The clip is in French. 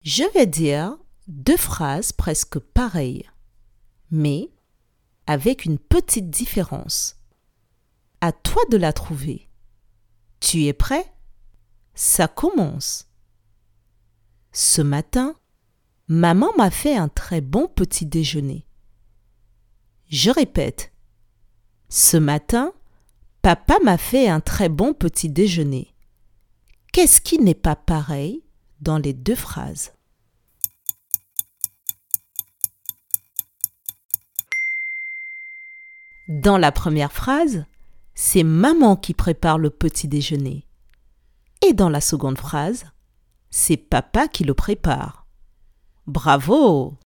Je vais dire deux phrases presque pareilles, mais avec une petite différence. À toi de la trouver. Tu es prêt? Ça commence. Ce matin, maman m'a fait un très bon petit déjeuner. Je répète. Ce matin, papa m'a fait un très bon petit déjeuner. Qu'est-ce qui n'est pas pareil dans les deux phrases? Dans la première phrase, c'est maman qui prépare le petit déjeuner. Et dans la seconde phrase, c'est papa qui le prépare. Bravo!